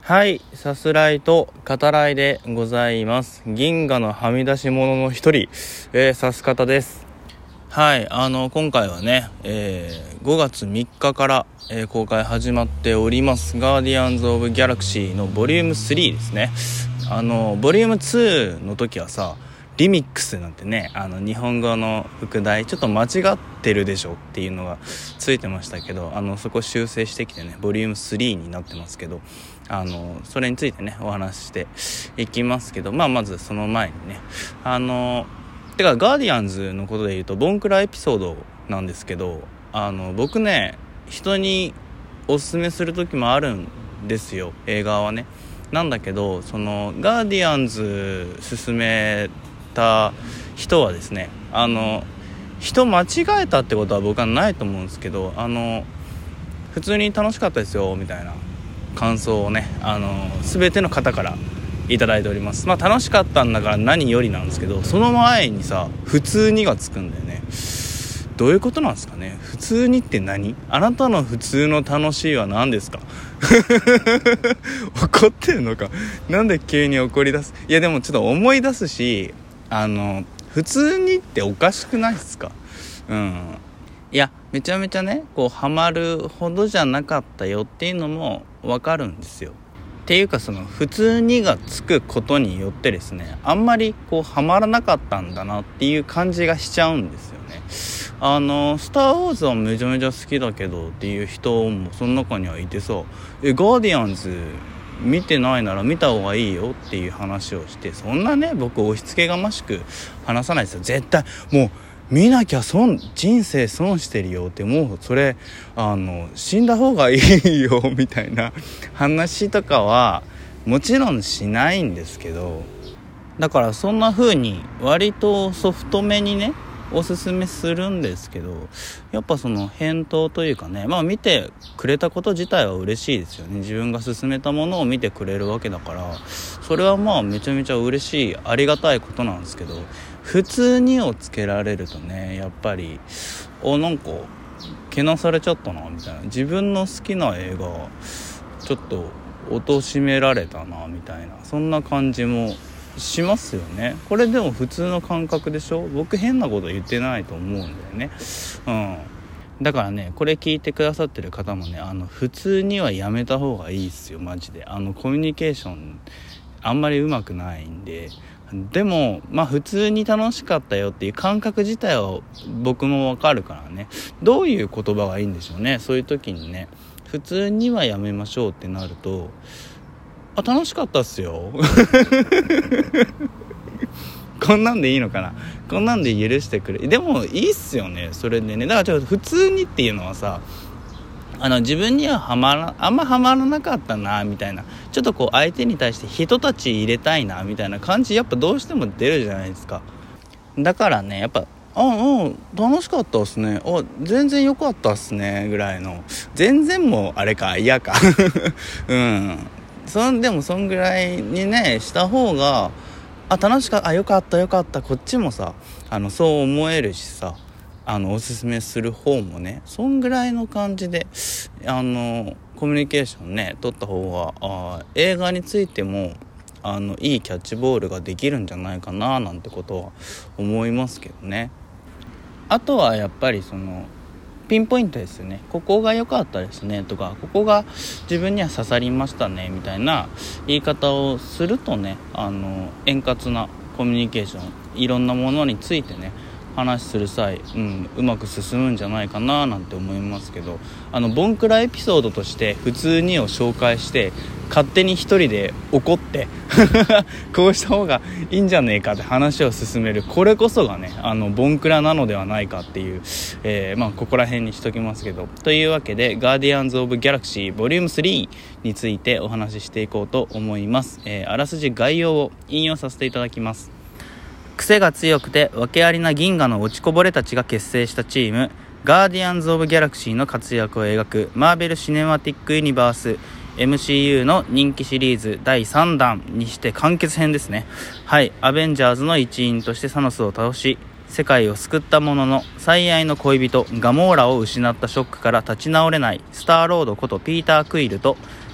はい、さすらいと語らいでございます。銀河のはみ出し者の一人、さす方です。はい、今回はね、5月3日から、公開始まっておりますガーディアンズ・オブ・ギャラクシーのボリューム3ですね。ボリューム2の時はさ、リミックスなんてね、日本語の副題ちょっと間違ってるでしょっていうのがついてましたけど、そこ修正してきてね、ボリューム3になってますけど、それについてねお話ししていきますけど、まずその前にね、てかガーディアンズのことで言うとボンクラエピソードなんですけど、僕ね人におすすめする時もあるんですよ、映画はね。なんだけど、そのガーディアンズ勧めた人はですね、人間違えたってことは僕はないと思うんですけど、普通に楽しかったですよみたいな感想をね、全ての方からいただいております。楽しかったんだから何よりなんですけど、その前にさ普通にがつくんだよね。どういうことなんですかね。普通にって何？あなたの普通の楽しいは何ですか？怒ってるのか。なんで急に怒り出す？いやでもちょっと思い出すし、普通にっておかしくないですか？いやめちゃめちゃねこうハマるほどじゃなかったよっていうのもわかるんですよ。っていうか、その普通にがつくことによってですね、あんまりこうハマらなかったんだなっていう感じがしちゃうんですよね。スター・ウォーズはめちゃめちゃ好きだけどっていう人もその中にはいてさ、ガーディアンズ見てないなら見た方がいいよっていう話をして、そんなね僕押し付けがましく話さないですよ。絶対もう見なきゃ人生損してるよって、もうそれ死んだ方がいいよみたいな話とかはもちろんしないんですけど、だからそんな風に割とソフトめにねおすすめするんですけど、やっぱその返答というかね、見てくれたこと自体は嬉しいですよね。自分が勧めたものを見てくれるわけだから、それはめちゃめちゃ嬉しいありがたいことなんですけど、普通にをつけられるとね、やっぱりなんかけなされちゃったなみたいな、自分の好きな映画ちょっと貶められたなみたいな、そんな感じもしますよね。これでも普通の感覚でしょ。僕変なこと言ってないと思うんだよね。だからね、これ聞いてくださってる方もね、普通にはやめた方がいいっすよマジで。コミュニケーションあんまりうまくないんで。でも普通に楽しかったよっていう感覚自体は僕もわかるからね、どういう言葉がいいんでしょうね。そういう時にね、普通にはやめましょうってなると、楽しかったっすよこんなんでいいのかな、こんなんで許してくれ。でもいいっすよねそれでね。だからちょっと普通にっていうのはさ、自分にはあんまハマらなかったなみたいな、ちょっとこう相手に対して人たち入れたいなみたいな感じやっぱどうしても出るじゃないですか。だからね、やっぱ楽しかったっすね、全然良かったっすねぐらいの、全然もあれか嫌かでもそんぐらいにねした方が楽しかった、良かったこっちもさそう思えるしさ、おすすめする方もねそんぐらいの感じでコミュニケーションね取った方が映画についてもいいキャッチボールができるんじゃないかななんてことは思いますけどね。あとはやっぱりそのピンポイントですよね。ここが良かったですねとか、ここが自分には刺さりましたねみたいな言い方をするとね、円滑なコミュニケーション、いろんなものについてね話する際、うまく進むんじゃないかななんて思いますけど、ボンクラエピソードとして普通にを紹介して勝手に一人で怒ってこうした方がいいんじゃねえかって話を進める、これこそがねボンクラなのではないかっていう、ここら辺にしときますけど、というわけでガーディアンズ・オブ・ギャラクシーボリューム3についてお話ししていこうと思います。あらすじ概要を引用させていただきます。癖が強くて訳ありな銀河の落ちこぼれたちが結成したチームガーディアンズ・オブ・ギャラクシーの活躍を描くマーベル・シネマティック・ユニバース MCU の人気シリーズ第3弾にして完結編ですね。はい、アベンジャーズの一員としてサノスを倒し世界を救ったものの最愛の恋人ガモーラを失ったショックから立ち直れないスターロードことピーター・クイルと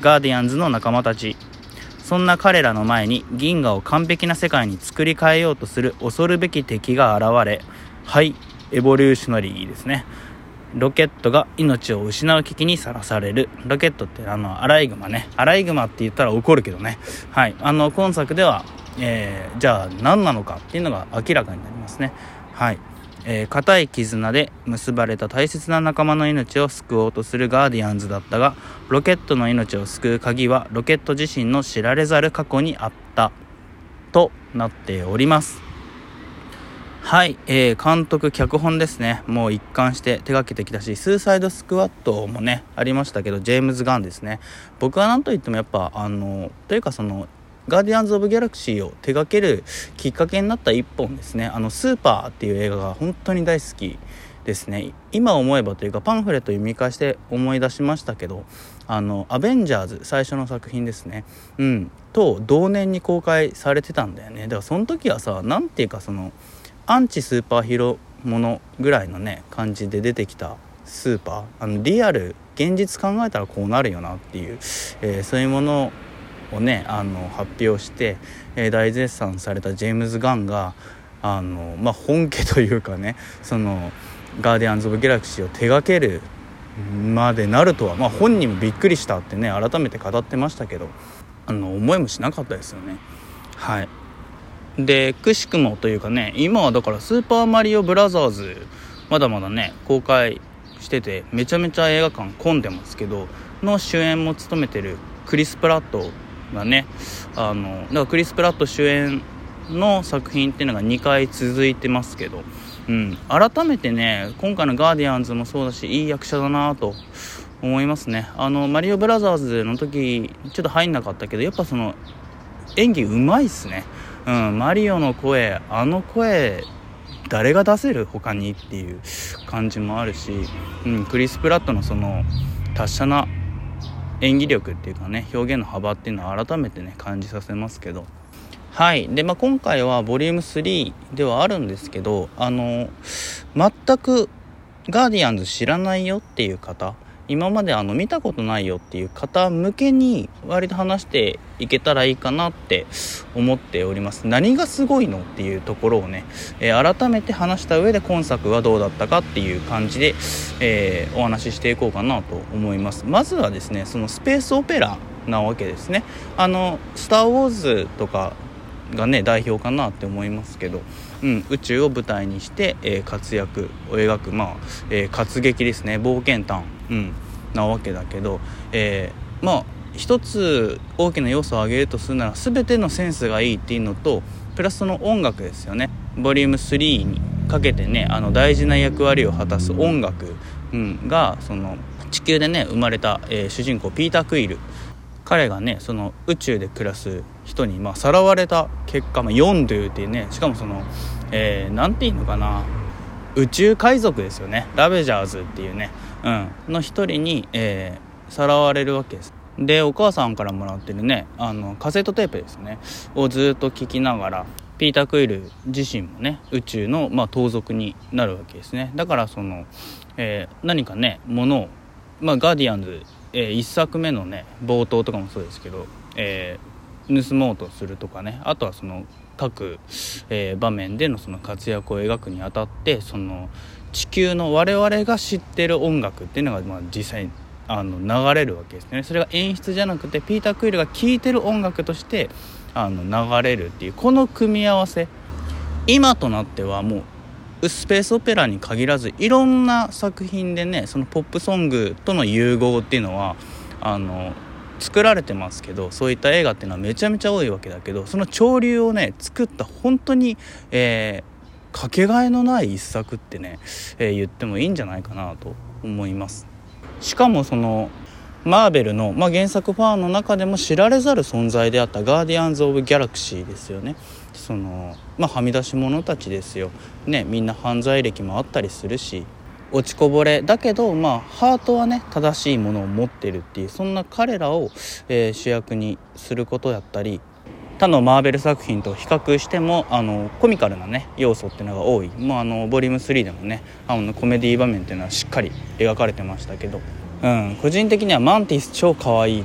ガーディアンズの仲間たち。そんな彼らの前に銀河を完璧な世界に作り変えようとする恐るべき敵が現れ、はい、エボリューショナリーですね。ロケットが命を失う危機にさらされる。ロケットってアライグマね。アライグマって言ったら怒るけどね。はい。今作では、じゃあ何なのかっていうのが明らかになりますね。はい。固い絆で結ばれた大切な仲間の命を救おうとするガーディアンズだったが、ロケットの命を救う鍵はロケット自身の知られざる過去にあったとなっております。はい、監督脚本ですね。もう一貫して手掛けてきたし、スーサイドスクワットもねありましたけど、ジェームズ・ガンですね。僕は何と言ってもやっぱというかそのガーディアンズ・オブ・ギャラクシーを手掛けるきっかけになった一本ですね。スーパーっていう映画が本当に大好きですね。今思えばというかパンフレット読み返して思い出しましたけど、アベンジャーズ最初の作品ですね、と同年に公開されてたんだよね。だからその時はさ、なんていうかそのアンチスーパーヒーローものぐらいのね感じで出てきたスーパー、リアル現実考えたらこうなるよなっていう、そういうものをね発表して、大絶賛されたジェームズ・ガンが本家というかね、そのガーディアンズ・オブ・ギャラクシーを手掛けるまでなるとは、本人もびっくりしたってね改めて語ってましたけど、思いもしなかったですよね。はい。でくしくもというかね、今はだからスーパーマリオブラザーズまだまだね公開してて、めちゃめちゃ映画館混んでますけど、の主演も務めてるクリス・プラットがね、だからクリス・プラット主演の作品っていうのが2回続いてますけど、改めてね今回のガーディアンズもそうだし、いい役者だなと思いますね。マリオブラザーズの時ちょっと入んなかったけど、やっぱその演技うまいっすね。マリオの声、声誰が出せる他にっていう感じもあるし、クリス・プラットのその達者な演技力っていうかね、表現の幅っていうのは改めてね感じさせますけど、はい。で今回はボリューム3ではあるんですけど、全くガーディアンズ知らないよっていう方、今まで見たことないよっていう方向けに割と話していけたらいいかなって思っております。何がすごいのっていうところをね、改めて話した上で今作はどうだったかっていう感じで、お話ししていこうかなと思います。まずはですね、そのスペースオペラなわけですね。スターウォーズとかがね代表かなって思いますけど、宇宙を舞台にして、活躍を描く、活劇ですね、冒険譚、なわけだけど、一つ大きな要素を挙げるとするなら、全てのセンスがいいっていうのと、プラスその音楽ですよね。ボリューム3にかけてね大事な役割を果たす音楽、がその地球でね生まれた、主人公ピーター・クイル、彼がねその宇宙で暮らす人にさらわれた結果、ヨンドゥっていうね、しかもその、なんていうのかな、宇宙海賊ですよね、ラベジャーズっていうね、の一人に、さらわれるわけです。でお母さんからもらってるねカセットテープですねをずっと聞きながら、ピーター・クイル自身もね宇宙の、盗賊になるわけですね。だからその、何かねものを、ガーディアンズ、1作目のね冒頭とかもそうですけど、盗もうとするとかね、あとはその各、場面でのその活躍を描くにあたって、その地球の我々が知ってる音楽っていうのが、実際に流れるわけですね。それが演出じゃなくてピーター・クイルが聴いてる音楽として流れるっていう、この組み合わせ、今となってはもうスペースオペラに限らずいろんな作品でねそのポップソングとの融合っていうのは作られてますけど、そういった映画っていうのはめちゃめちゃ多いわけだけど、その潮流をね作った本当に、かけがえのない一作ってね、言ってもいいんじゃないかなと思います。しかもそのマーベルの、原作ファンの中でも知られざる存在であったガーディアンズ・オブ・ギャラクシーですよね。そのはみ出し者たちですよね。みんな犯罪歴もあったりするし、落ちこぼれだけどハートはね正しいものを持ってるっていう、そんな彼らを、主役にすることだったり、他のマーベル作品と比較してもコミカルなね要素っていうのが多い。ボリューム3でもねコメディ場面っていうのはしっかり描かれてましたけど、個人的にはマンティス超可愛いっていうね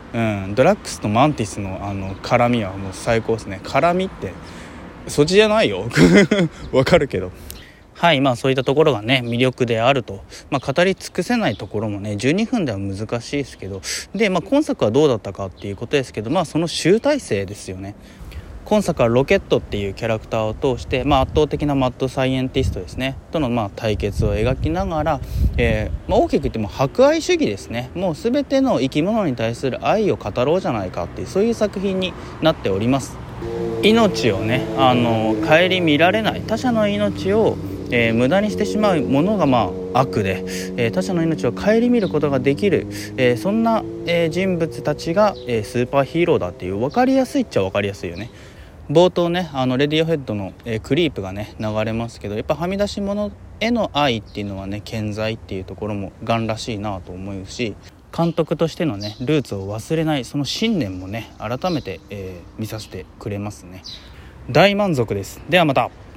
ドラッグスとマンティスの絡みはもう最高ですね。絡みってそっちじゃないよわかるけど、はい、そういったところがね魅力であると、語り尽くせないところもね12分では難しいですけど、で、今作はどうだったかっていうことですけど、その集大成ですよね。今作はロケットっていうキャラクターを通して、圧倒的なマッドサイエンティストですねとの対決を描きながら、大きく言っても博愛主義ですね。もう全ての生き物に対する愛を語ろうじゃないかっていう、そういう作品になっております。命をね顧みられない、他者の命を無駄にしてしまうものが悪で、他者の命を顧みることができる、そんな、人物たちが、スーパーヒーローだっていう、分かりやすいっちゃ分かりやすいよね。冒頭ねレディオヘッドの、クリープがね流れますけど、やっぱはみ出し物への愛っていうのはね健在っていうところもガンらしいなと思うし、監督としてのねルーツを忘れないその信念もね改めて、見させてくれますね。大満足です。ではまた。